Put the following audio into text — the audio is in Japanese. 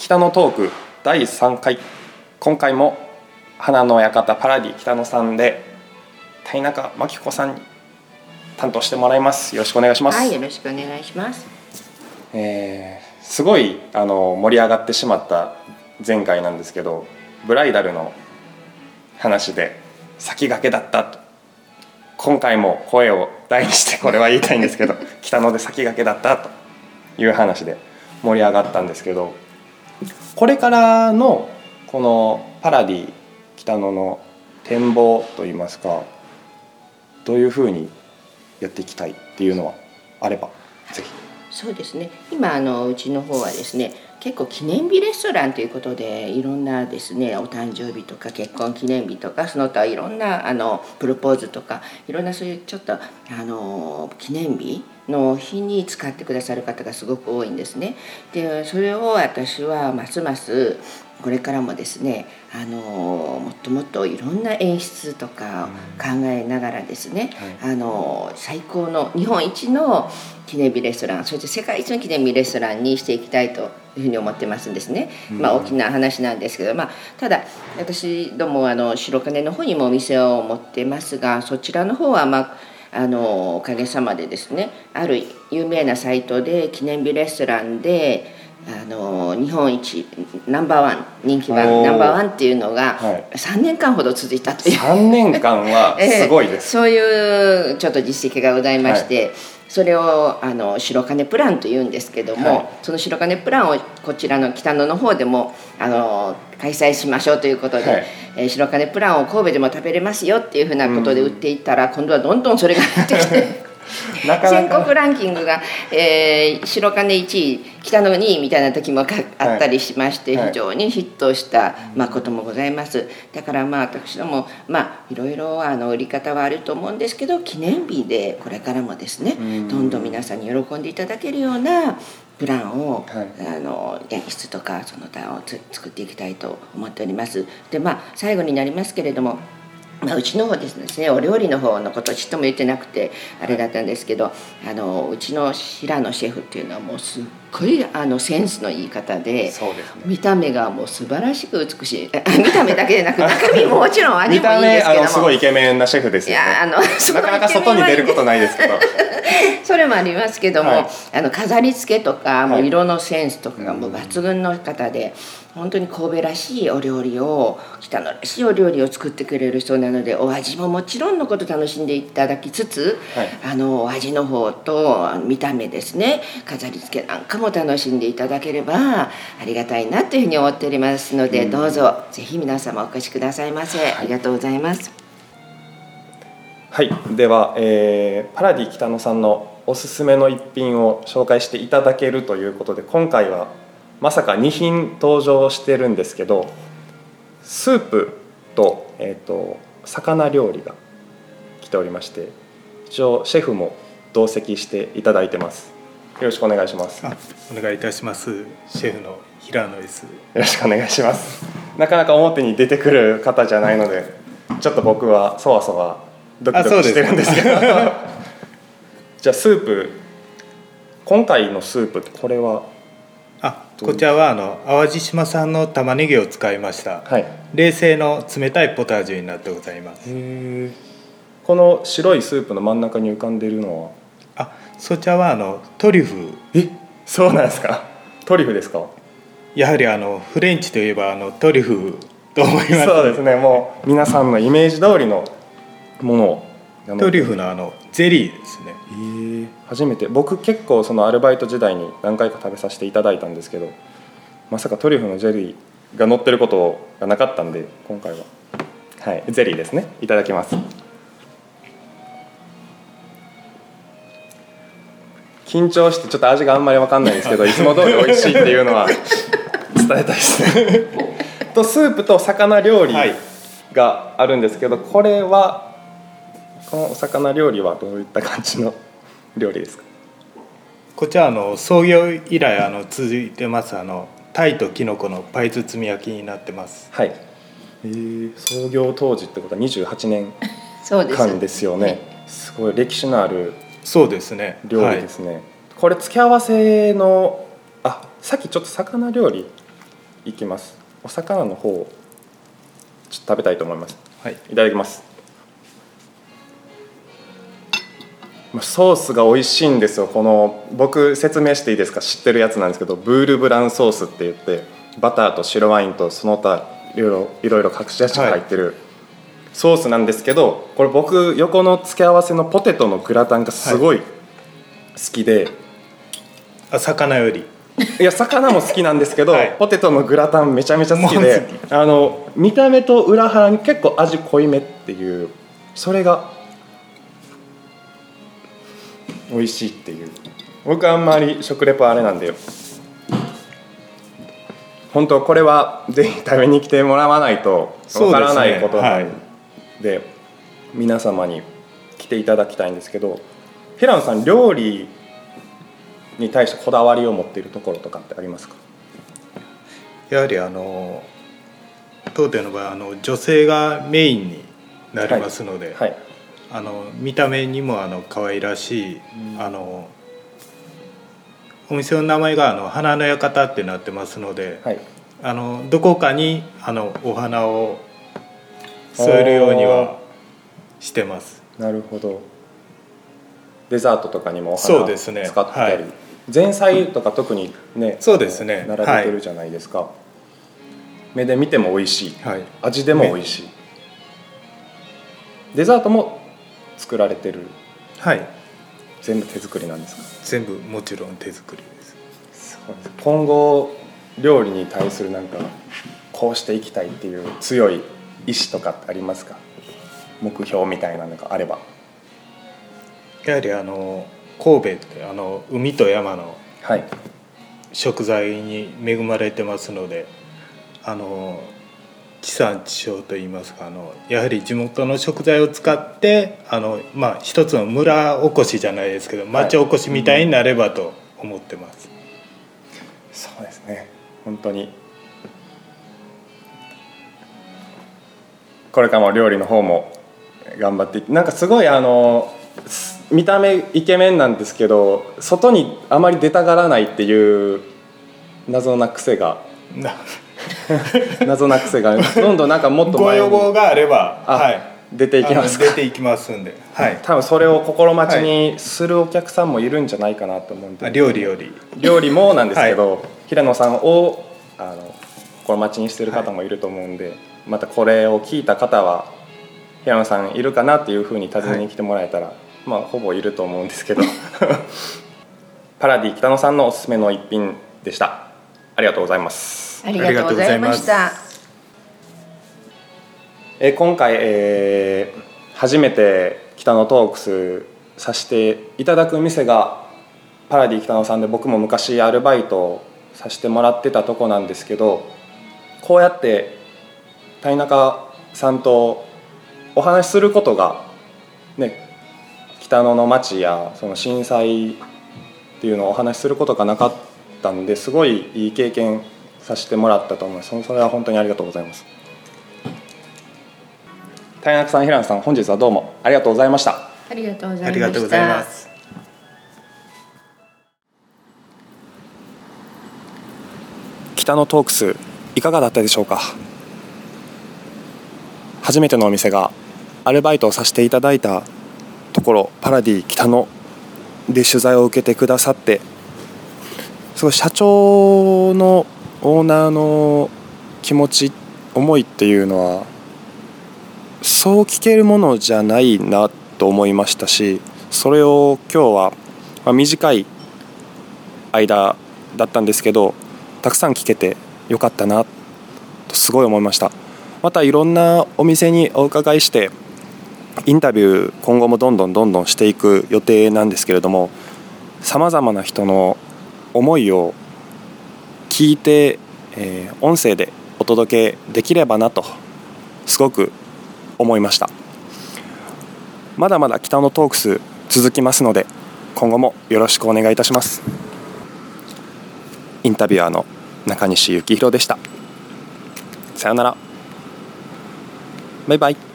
北野トーク第3回、今回も花の館パラディ北野さんで田中真紀子さんに担当してもらいます。よろしくお願いします。 はい、よろしくお願いします。 すごい盛り上がってしまった前回なんですけど、ブライダルの話で先駆けだったと、今回も声を大にしてこれは言いたいんですけど北野で先駆けだったという話で盛り上がったんですけど、これからのこのパラディ北野の展望といいますか、どういうふうにやっていきたいっていうのはあればぜひ。 そうですね、今うちの方はですね、結構記念日レストランということでいろんなですね、お誕生日とか結婚記念日とか、その他いろんなプロポーズとかいろんなそういうちょっと記念日の日に使ってくださる方がすごく多いんですね。でそれを私はますますこれからもですね、もっともっといろんな演出とかを考えながらですね、最高の日本一の記念日レストラン、そして世界一の記念日レストランにしていきたいというふうに思ってますんですね。大きな話なんですけど、ただ私ども白金の方にもお店を持ってますが、そちらの方はおかげさまでですね、ある有名なサイトで記念日レストランで日本一ナンバーワン、人気はナンバーワンっていうのが3年間ほど続いたという、 3年間はすごいです、 そういうちょっと実績がございまして、それを白金プランというんですけども、その白金プランをこちらの北野の方でも開催しましょうということで、白金プランを神戸でも食べれますよっていうふうなことで売っていったら、今度はどんどんそれが入ってきて全国ランキングが、白金1位北野2位みたいな時もあったりしまして、非常にヒットしたこともございます。だから私どもいろいろ売り方はあると思うんですけど、記念日でこれからもですね、どんどん皆さんに喜んでいただけるようなプランを、演出とかその他を作っていきたいと思っております。で最後になりますけれども、うちの方ですね、お料理の方のことちっとも言ってなくてあれだったんですけど、うちの平野シェフっていうのはもうすっごいセンスのいい方で、見た目がもう素晴らしく美しい見た目だけでなく中身ももちろん味もいいんですけども、 すごいイケメンなシェフですよね。なかなか外に出ることないですけどそれもありますけども、飾り付けとかもう色のセンスとかがもう抜群の方で、本当に神戸らしいお料理を、北野らしいお料理を作ってくれる人なので、お味ももちろんのこと楽しんでいただきつつ、お味の方と見た目ですね、飾り付けなんかも楽しんでいただければありがたいなというふうに思っておりますので、どうぞぜひ皆様お越しくださいませ。ありがとうございます。 はい、では、パラディ北野さんのおすすめの一品を紹介していただけるということで、今回はまさか2品登場してるんですけど、スープと、魚料理が来ておりまして、一応シェフも同席していただいてます。よろしくお願いします。 お願いいたします。シェフの平野です。よろしくお願いします。なかなか表に出てくる方じゃないので、ちょっと僕はそわそわドキドキしてるんですけどじゃあスープ、今回のスープってこれはこちらは淡路島産の玉ねぎを使いました、冷製の冷たいポタージュになってございます。 この白いスープの真ん中に浮かんでいるのはそちらはトリュフ。 そうなんですか。トリュフですか。 やはりフレンチといえばトリュフと思います。 そうですね、もう皆さんのイメージ通りのものを。 トリュフのゼリーですね。 初めて、僕結構そのアルバイト時代に何回か食べさせていただいたんですけど、まさかトリュフのゼリーが乗ってることがなかったんで、今回はゼリーですね。いただきます。緊張してちょっと味があんまり分かんないんですけどいつも通り美味しいっていうのは伝えたいですねとスープと魚料理があるんですけど、このお魚料理はどういった感じの料理ですか。 こちら創業以来続いてます鯛ときのこのパイ包み焼きになってます。 創業当時ってことは28年間ですよね。すごい歴史のある料理ですね。これ付け合わせのさっきちょっと魚料理いきます。お魚の方をちょっと食べたいと思います。 はい、 いただきます。ソースが美味しいんですよ。この僕説明していいですか。知ってるやつなんですけど、ブールブランソースって言って、バターと白ワインとその他いろいろ隠し味が入ってるソースなんですけど、これ僕横の付け合わせのポテトのグラタンがすごい好きで、 魚よりいや魚も好きなんですけど、 はい、 ポテトのグラタンめちゃめちゃ好きで、見た目と裏腹に結構味濃いめっていう、それが美味しいっていう。僕あんまり食レポあれなんで、本当これはぜひ食べに来てもらわないとわからないことなんで、皆様に来ていただきたいんですけど、平野さん料理に対してこだわりを持っているところとかってありますか？ やはり当店の場合女性がメインになりますので、はいはい、見た目にも可愛らしい、お店の名前が花の館ってなってますので、はい、どこかにお花を添えるようにはしてます。 なるほど。デザートとかにもお花を使ったり、 そうですね、はい、 前菜とか特にね、 そうですね、 並べてるじゃないですか、はい、目で見ても美味しい、はい、味でも美味しい。デザートも作られてる？ はい、 全部手作りなんですか？ 全部もちろん手作りです。 そうです。今後料理に対するなんかこうしていきたいっていう強い意志とかってありますか？目標みたいなのがあれば。 やはり神戸って海と山の食材に恵まれてますので、地産地消といいますか、やはり地元の食材を使って一つの村おこしじゃないですけど町おこしみたいになればと思ってます、 そうですね。本当にこれからも料理の方も頑張って、なんかすごい見た目イケメンなんですけど外にあまり出たがらないっていう謎な癖が謎な癖がどんどんなんかもっと前にご要望があれば、 はい、出ていきますか？ 出ていきますんで、はい、 多分それを心待ちにするお客さんもいるんじゃないかなと思うんで、 料理もなんですけど、はい、平野さんを心待ちにしてる方もいると思うんで、はい、またこれを聞いた方は平野さんいるかなっていうふうに尋ねに来てもらえたら、はい、ほぼいると思うんですけどパラディ北野さんのおすすめの一品でした。ありがとうございます。 ありがとうございました。 今回、初めて北野トークスさせていただく店がパラディ北野さんで、僕も昔アルバイトをさせてもらってたとこなんですけど、こうやって谷中さんとお話しすることがね、北野の町やその震災っていうのをお話しすることがなかったんで、すごいいい経験させてもらったと思います。それは本当にありがとうございます。谷中さん、平野さん、本日はどうもありがとうございました。 ありがとうございました。 ありがとうございます。 北野トークスいかがだったでしょうか。初めてのお店がアルバイトをさせていただいたところ、パラディ北野で取材を受けてくださって、すごい社長のオーナーの気持ち、思いっていうのはそう聞けるものじゃないなと思いましたし、それを今日は、短い間だったんですけどたくさん聞けてよかったなとすごい思いました。またいろんなお店にお伺いしてインタビュー今後もどんどんしていく予定なんですけれども、さまざまな人の思いを聞いて、音声でお届けできればなとすごく思いました。まだまだ北野トークス続きますので今後もよろしくお願いいたします。インタビュアーの中西幸宏でした。さようなら。バイバイ。